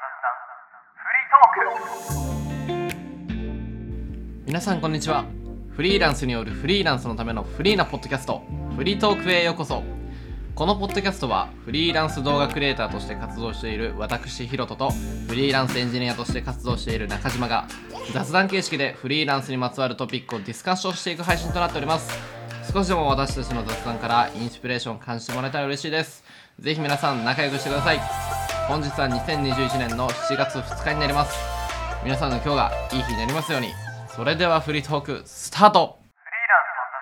皆さんこんにちは。フリーランスによるフリーランスのためのフリーなポッドキャスト、フリートークへようこそ。このポッドキャストはフリーランス動画クリエイターとして活動している私ヒロトとフリーランスエンジニアとして活動している中島が雑談形式でフリーランスにまつわるトピックをディスカッションしていく配信となっております。少しでも私たちの雑談からインスピレーションを感じてもらえたら嬉しいです。ぜひ皆さん仲良くしてください。本日は2021年の7月2日になります。皆さんの今日がいい日になりますように。それではフリートークスタート。フリーラ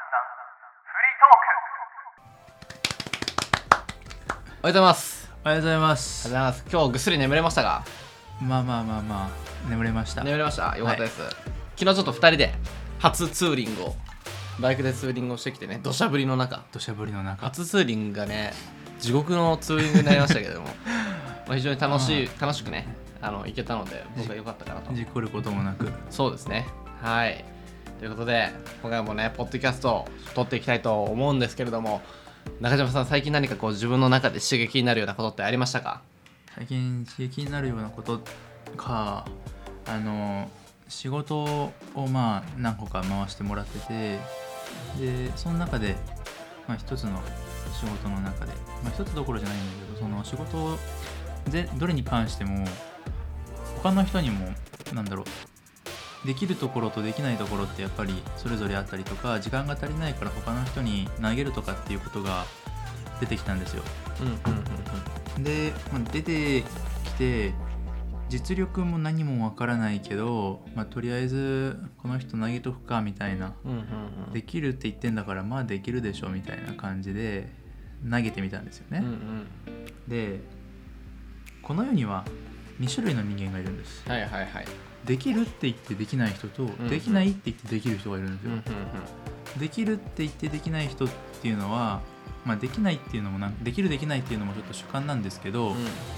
ンスの雑談フリートーク。おはようございます。 おはようございます。 おはようございます。今日ぐっすり眠れましたか？ まあ眠れました。 眠れました。よかったです、はい、昨日ちょっと2人で初ツーリングをバイクでツーリングをしてきてね、土砂降りの中初ツーリングがね地獄のツーリングになりましたけれどもまあ非常に楽しくね行けたので僕は良かったかなと。 事故ることもなく。 そうですね。はい、ということで今回もねポッドキャストを撮っていきたいと思うんですけれども、中島さん最近何かこう自分の中で刺激になるようなことってありましたか？ 最近刺激になるようなことか、仕事を何個か回してもらってて、でその中で、一つの仕事の中で、一つどころじゃないんだけど、その仕事でどれに関しても他の人にもできるところとできないところってやっぱりそれぞれあったりとか、時間が足りないから他の人に投げるとかっていうことが出てきたんですよ。で、出てきて実力も何もわからないけど、とりあえずこの人投げとくかみたいな、できるって言ってんだからできるでしょみたいな感じで投げてみたんですよね。でこの世には2種類の人間がいるんです。できるって言ってできない人と、できないって言ってできる人がいるんですよ。できるって言ってできない人っていうのは、できないっていうのもできるできないっていうのもちょっと主観なんですけど、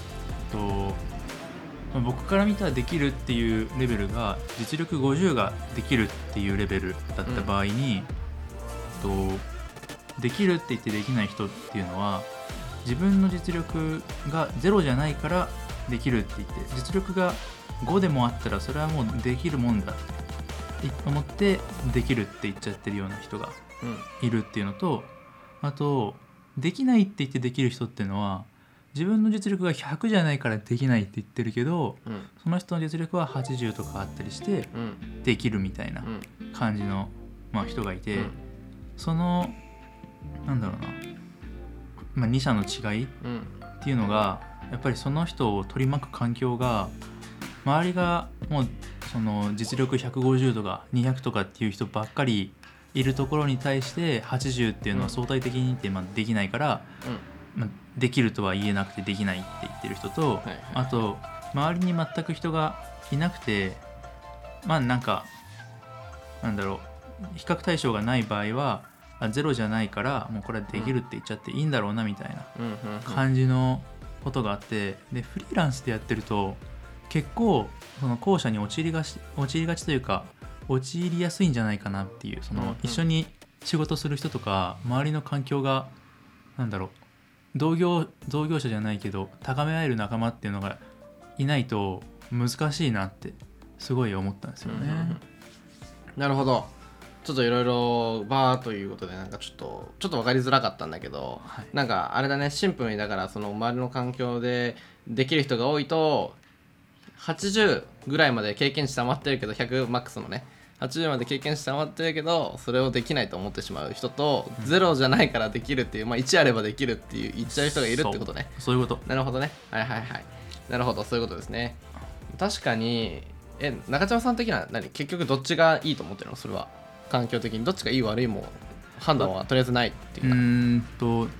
僕から見たらできるっていうレベルが実力50ができるっていうレベルだった場合に、できるって言ってできない人っていうのは自分の実力が0じゃないからできるって言って、実力が5でもあったらそれはもうできるもんだって思ってできるって言っちゃってるような人がいるっていうのと、あとできないって言ってできる人っていうのは自分の実力が100じゃないからできないって言ってるけど、その人の実力は80とかあったりしてできるみたいな感じの、人がいて、その2者の違いっていうのがやっぱりその人を取り巻く環境が、周りがもうその実力150とか200とかっていう人ばっかりいるところに対して80っていうのは相対的にってできないから、できるとは言えなくてできないって言ってる人と、あと周りに全く人がいなくて比較対象がない場合はゼロじゃないからもうこれはできるって言っちゃっていいんだろうなみたいな感じのことがあって、でフリーランスでやってると結構その後者に陥りがちというか陥りやすいんじゃないかなっていう、その一緒に仕事する人とか周りの環境が同業者じゃないけど高め合える仲間っていうのがいないと難しいなってすごい思ったんですよね。 なるほど。ちょっといろいろバーということでちょっと分かりづらかったんだけど、あれだね、シンプルにだからその周りの環境でできる人が多いと80ぐらいまで経験値溜まってるけど、100マックスのね80まで経験値溜まってるけどそれをできないと思ってしまう人と、0じゃないからできるっていう、1あればできるっていう言っちゃう人がいるってことね。 そういうこと。 なるほどね。なるほど、そういうことですね。確かに中島さん的には結局どっちがいいと思ってるの？それは環境的にどっちがいい悪いも判断はとりあえずないっていうか。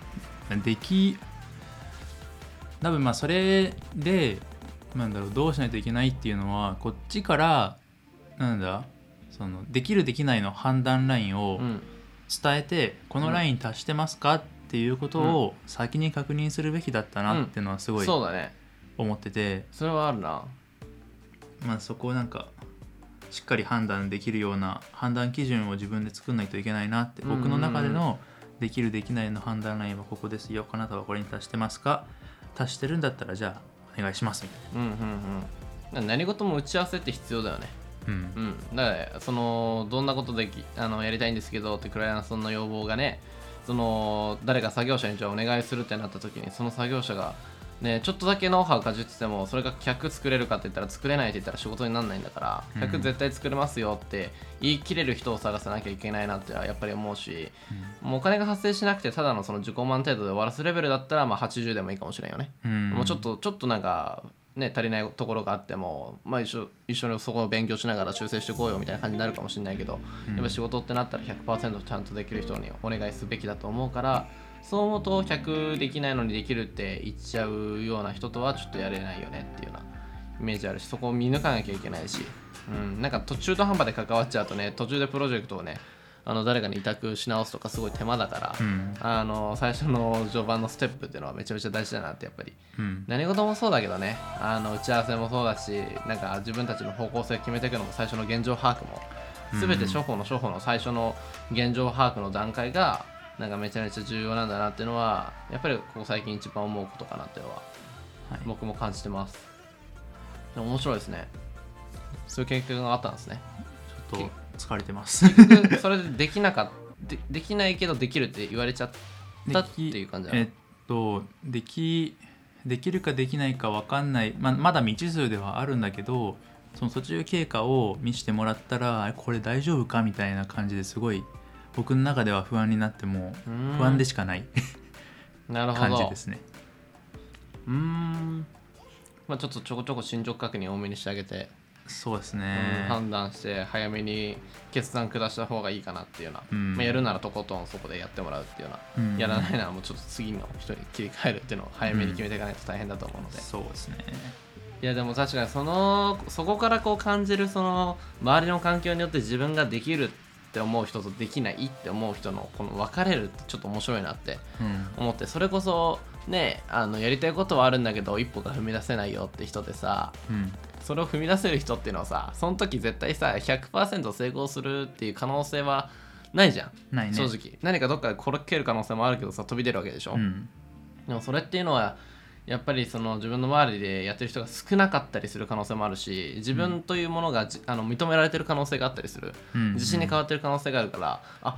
多分それでどうしないといけないっていうのはこっちからそのできるできないの判断ラインを伝えて、このライン達してますかっていうことを先に確認するべきだったなっていうのはすごい思ってて、 それはあるな。 そこをしっかり判断できるような判断基準を自分で作んないといけないなって、僕の中でのできるできないの判断ラインはここですよ、あなたはこれに達してますか、達してるんだったらじゃあお願いしますみたいな。何事も打ち合わせって必要だよね。だからどんなことでやりたいんですけどってクライアントの要望がね、誰か作業者にじゃあお願いするってなった時に、その作業者がね、ちょっとだけノウハウかじっててもそれが100作れるかって言ったら作れないって言ったら仕事にならないんだから、100絶対作れますよって言い切れる人を探さなきゃいけないなってやっぱり思うし、もうお金が発生しなくてただのその自己満程度で終わらすレベルだったら、まあ80でもいいかもしれんよね。もうちょっとなんかね、足りないところがあっても、まあ、一緒にそこを勉強しながら修正していこうよみたいな感じになるかもしれないけど、やっぱ仕事ってなったら 100% ちゃんとできる人にお願いすべきだと思うから、そう思うと100できないのにできるって言っちゃうような人とはちょっとやれないよねっていうようなイメージあるし、そこを見抜かなきゃいけないし、なんか途中途半端で関わっちゃうとね、途中でプロジェクトをね誰かに委託し直すとかすごい手間だから、最初の序盤のステップっていうのはめちゃめちゃ大事だなってやっぱり、何事もそうだけどね、打ち合わせもそうだし、なんか自分たちの方向性決めていくのも最初の現状把握も全て処方の最初の現状把握の段階がなんかめちゃめちゃ重要なんだなっていうのはやっぱりここ最近一番思うことかなっていうのは、僕も感じてます。でも面白いですね。そういう経験があったんですね。 ちょっと疲れてますそれでできないけどできるって言われちゃったっていう感じだね。 できるかできないか分かんない、まだ未知数ではあるんだけど、その途中経過を見せてもらったらこれ大丈夫かみたいな感じですごい僕の中では不安になっても不安でしかないなるほど感じですね。 まあ、ちょっとちょこちょこ進捗確認多めにしてあげて、 そうですね、 判断して早めに決断下した方がいいかなっていうような、やるならとことんそこでやってもらうっていうような、やらないならもうちょっと次の人に切り替えるっていうのを早めに決めていかないと大変だと思うので、 そうですね。 いやでも確かにそこからこう感じるその周りの環境によって自分ができるって思う人とできないって思う人のこの分かれるってちょっと面白いなって思って、それこそねやりたいことはあるんだけど一歩が踏み出せないよって人でさ、それを踏み出せる人っていうのはさ、その時絶対さ 100% 成功するっていう可能性はないじゃん。 ないね。 正直何かどっかで転ける可能性もあるけどさ、飛び出るわけでしょ。でもそれっていうのはやっぱりその自分の周りでやってる人が少なかったりする可能性もあるし、自分というものが認められてる可能性があったりする、自信に変わってる可能性があるから、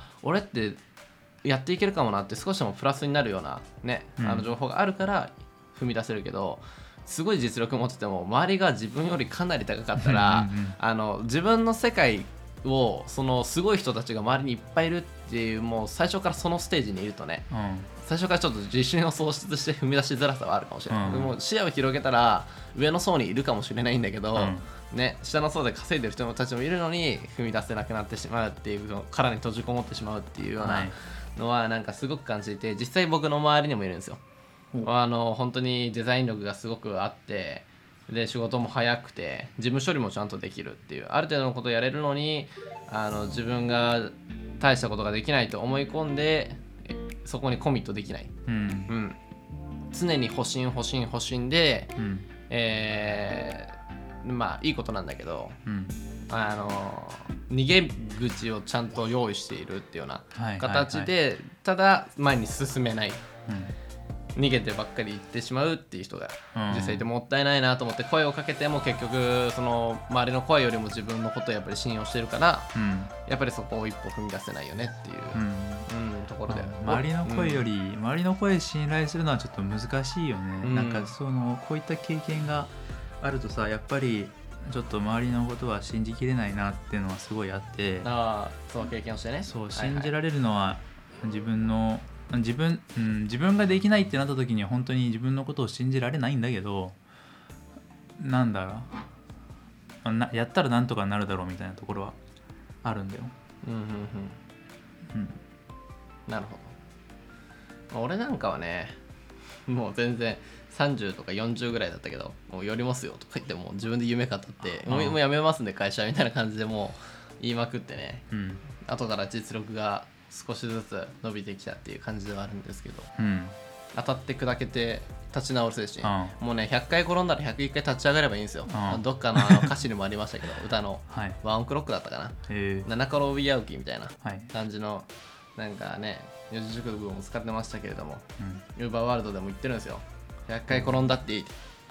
俺ってやっていけるかもなって少しでもプラスになるようなね、情報があるから踏み出せるけど、すごい実力持ってても周りが自分よりかなり高かったら自分の世界をそのすごい人たちが周りにいっぱいいるっていう、もう最初からそのステージにいるとね、最初からちょっと自信を喪失して踏み出しづらさはあるかもしれない、でも視野を広げたら上の層にいるかもしれないんだけど、下の層で稼いでる人たちもいるのに踏み出せなくなってしまうっていう、殻に閉じこもってしまうっていうようなのはなんかすごく感じていて、実際僕の周りにもいるんですよ。本当にデザイン力がすごくあって、で仕事も早くて事務処理もちゃんとできるっていう、ある程度のことをやれるのに自分が大したことができないと思い込んでそこにコミットできない、常に保身で、まあいいことなんだけど、逃げ口をちゃんと用意しているっていうような形で、ただ前に進めない、逃げてばっかり行ってしまうっていう人が実際いてもったいないなと思って、声をかけても結局その周りの声よりも自分のことをやっぱり信用してるから、やっぱりそこを一歩踏み出せないよねっていう、ところで、 周りの声より、周りの声信頼するのはちょっと難しいよね、なんかこういった経験があるとさ、やっぱりちょっと周りのことは信じきれないなっていうのはすごいあって、 その経験をしてね、 信じられるのは自分ができないってなった時には本当に自分のことを信じられないんだけど、なんだろう、やったらなんとかなるだろうみたいなところはあるんだよ。 なるほど。俺なんかはね、もう全然30とか40ぐらいだったけど、もうやりますよとか言っても自分で夢語ってもう辞めますんで会社みたいな感じでもう言いまくってね、後から実力が少しずつ伸びてきたっていう感じではあるんですけど、当たって砕けて立ち直る精神、もうね100回転んだら101回立ち上がればいいんですよ。どっかの歌詞にもありましたけど歌のワンオクロックだったかな、七転び八起きみたいな感じのなんかね四字熟語も使ってましたけれども、ウーバーワールドでも言ってるんですよ。100回転んだっていい、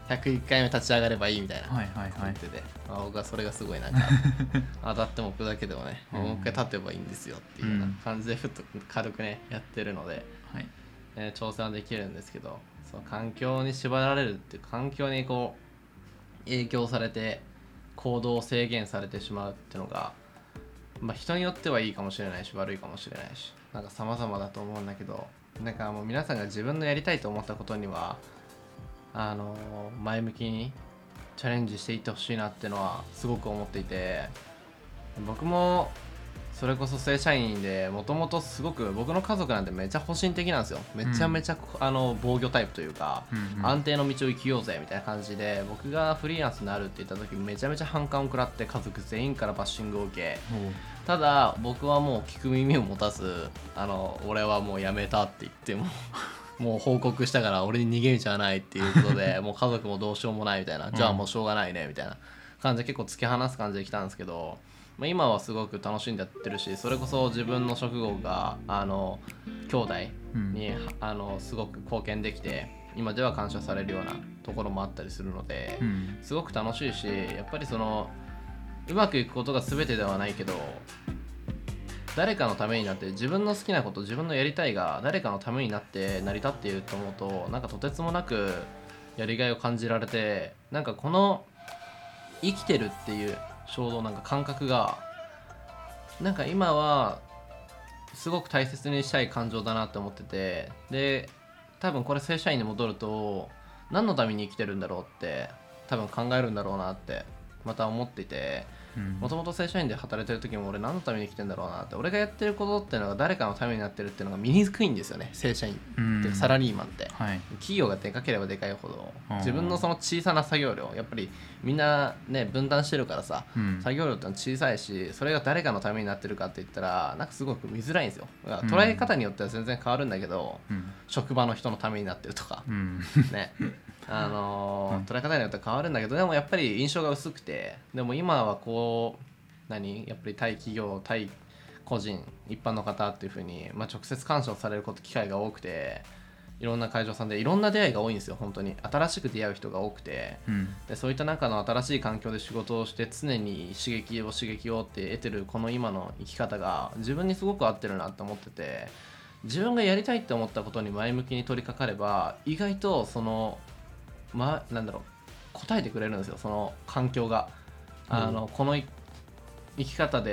101回目立ち上がればいいみたいなはいはいはい言ってて、僕はそれがすごいなんか当たっても置くだけでもね、もう一回立てばいいんですよっていうような感じでふっと軽くねやってるので、 はい挑戦はできるんですけど、その環境に縛られるっていう環境にこう影響されて行動を制限されてしまうっていうのが、人によってはいいかもしれないし悪いかもしれないし、なんか様々だと思うんだけど、なんかもう皆さんが自分のやりたいと思ったことには前向きにチャレンジしていってほしいなっていうのはすごく思っていて、僕もそれこそ正社員でもともとすごく僕の家族なんてめちゃ保身的なんですよ。めちゃめちゃ、防御タイプというか、安定の道を生きようぜみたいな感じで、僕がフリーランスになるって言った時めちゃめちゃ反感を食らって家族全員からバッシングを受け、ただ僕はもう聞く耳を持たず俺はもう辞めたって言ってもう報告したから俺に逃げ道はないっていうことでもう家族もどうしようもないみたいな、じゃあもうしょうがないねみたいな感じで結構突き放す感じで来たんですけど、今はすごく楽しんでやってるし、それこそ自分の職業が兄弟に、すごく貢献できて今では感謝されるようなところもあったりするので、すごく楽しいし、やっぱりそのうまくいくことが全てではないけど、誰かのためになって、自分の好きなこと、自分のやりたいが誰かのためになって成り立っていると思うと、なんかとてつもなくやりがいを感じられて、なんかこの生きてるっていう衝動、なんか感覚がなんか今はすごく大切にしたい感情だなって思ってて、で多分これ正社員に戻ると何のために生きてるんだろうって多分考えるんだろうなってまた思っていて、もともと正社員で働いてる時も俺何のために生きてんだろうなって、俺がやってることっていうのが誰かのためになってるっていうのが見にくいんですよね、正社員ってサラリーマンって、企業がでかければでかいほど自分のその小さな作業量、やっぱりみんなね分担してるからさ、作業量ってのは小さいし、それが誰かのためになってるかって言ったらなんかすごく見づらいんですよ。だから捉え方によっては全然変わるんだけど、職場の人のためになってるとか、ね捉え方によっては変わるんだけど、でもやっぱり印象が薄くて、でも今はこうやっぱり対企業対個人一般の方っていう風に、直接干渉される機会が多くて、いろんな会場さんでいろんな出会いが多いんですよ。本当に新しく出会う人が多くて、でそういった中の新しい環境で仕事をして常に刺激をって得てるこの今の生き方が自分にすごく合ってるなって思ってて、自分がやりたいって思ったことに前向きに取り掛かれば意外とそのなんだろう、答えてくれるんですよ、その環境が。この生き方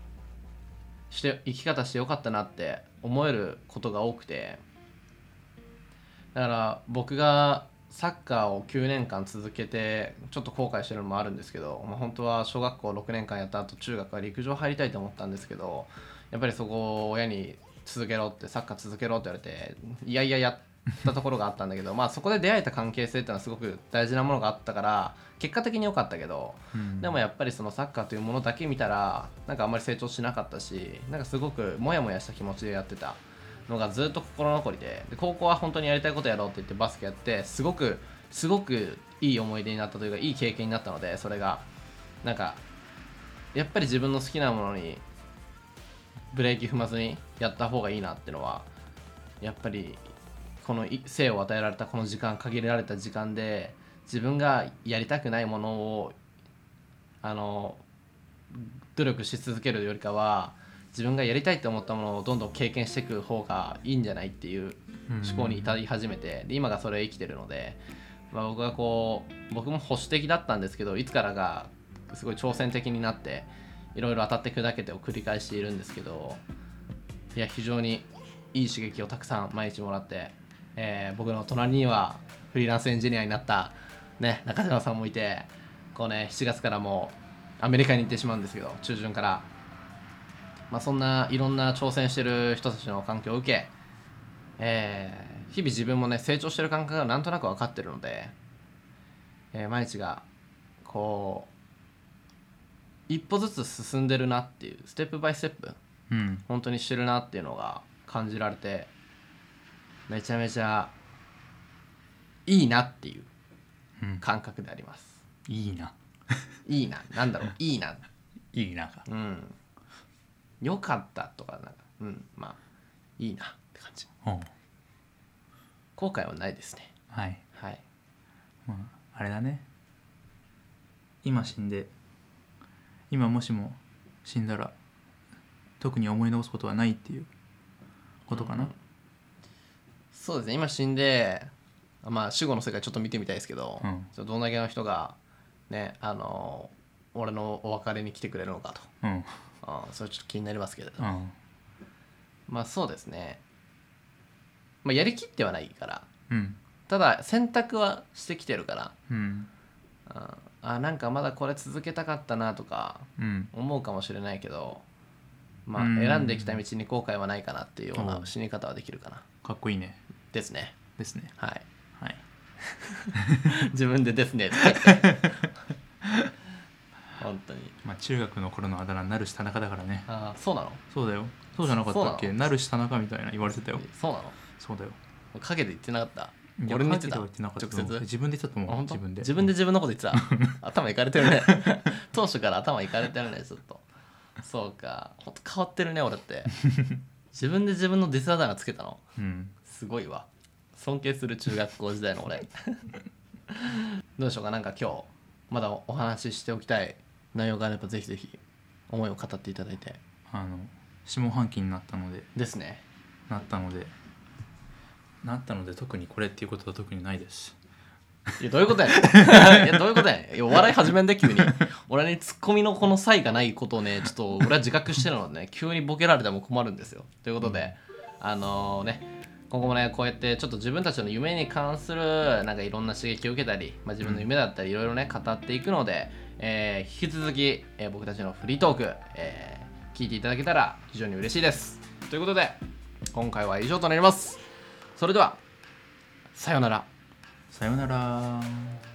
してよかったなって思えることが多くて、だから僕がサッカーを9年間続けてちょっと後悔してるのもあるんですけど、本当は小学校6年間やった後中学は陸上入りたいと思ったんですけど、やっぱりそこを親にサッカー続けろって言われて、いやいややったところがあったんだけどそこで出会えた関係性ってのはすごく大事なものがあったから結果的に良かったけど、でもやっぱりそのサッカーというものだけ見たらなんかあんまり成長しなかったし、なんかすごくモヤモヤした気持ちでやってたのがずっと心残りで、高校は本当にやりたいことやろうって言ってバスケやって、すごくいい思い出になったというかいい経験になったので、それがなんかやっぱり自分の好きなものにブレーキ踏まずにやった方がいいなってのは、やっぱりこの生を与えられたこの時間、限られた時間で自分がやりたくないものを努力し続けるよりかは、自分がやりたいと思ったものをどんどん経験していく方がいいんじゃないっていう思考に至り始めて、で今がそれを生きてるので、僕も保守的だったんですけど、いつからかすごい挑戦的になっていろいろ当たって砕けてを繰り返しているんですけど、いや非常にいい刺激をたくさん毎日もらって、僕の隣にはフリーランスエンジニアになった、中島さんもいて、7月からもうアメリカに行ってしまうんですけど、中旬から、そんないろんな挑戦してる人たちの環境を受け、日々自分も成長してる感覚がなんとなく分かってるので、毎日がこう一歩ずつ進んでるなっていう、ステップバイステップ、本当にしてるなっていうのが感じられて、めちゃめちゃいいなっていう感覚であります。 いいないいな、なんだろういいな、 いいなか、 よかったとかいいなって感じ。後悔はないですね。 はい、 はい。 あれだね、今死んで今もしも死んだら特に思い残すことはないっていうことかな。 そうですね、今死んでまあ死後の世界ちょっと見てみたいですけど、どんだけの人がね俺のお別れに来てくれるのかと、それちょっと気になりますけれど、まあそうですね、まあ、やりきってはないから、ただ選択はしてきてるから、なんかまだこれ続けたかったなとか思うかもしれないけど、まあ選んできた道に後悔はないかなっていうような死に方はできるかな。 かっこいいね。 ですね。 ですね。 はいはい自分でですねって言って本当に。 まあ中学の頃のあだ名なるし田中だからね。 ああ、そうなの？ そうだよ。そうじゃなかったっけ？なるし田中みたいな言われてたよ。 そうなの？ そうだよ。 影で言ってなかった？ 俺に言ってた？直接自分で言ってたと思う。 自分で自分のこと言ってた頭いかれてるね当初から頭いかれてるねちょっと。そうか、ほんと変わってるね俺って自分で自分のディスあだ名つけたの、すごいわ。尊敬する中学校時代の俺どうでしょうか。なんか今日まだお話ししておきたい内容があればぜひぜひ思いを語っていただいて。 下半期になったのでですね。 なったので特にこれっていうことは特にないです。 いやどういうことやねんいやどういうことやねん。いやお笑い始めんで急に俺にツッコミのこの差異がないことをねちょっと俺は自覚してるのでね急にボケられても困るんですよ。ということで今後もねこうやってちょっと自分たちの夢に関するなんかいろんな刺激を受けたり、自分の夢だったりいろいろね語っていくので、引き続き、僕たちのフリートーク、聞いていただけたら非常に嬉しいです。ということで今回は以上となります。それではさようなら。 さようなら。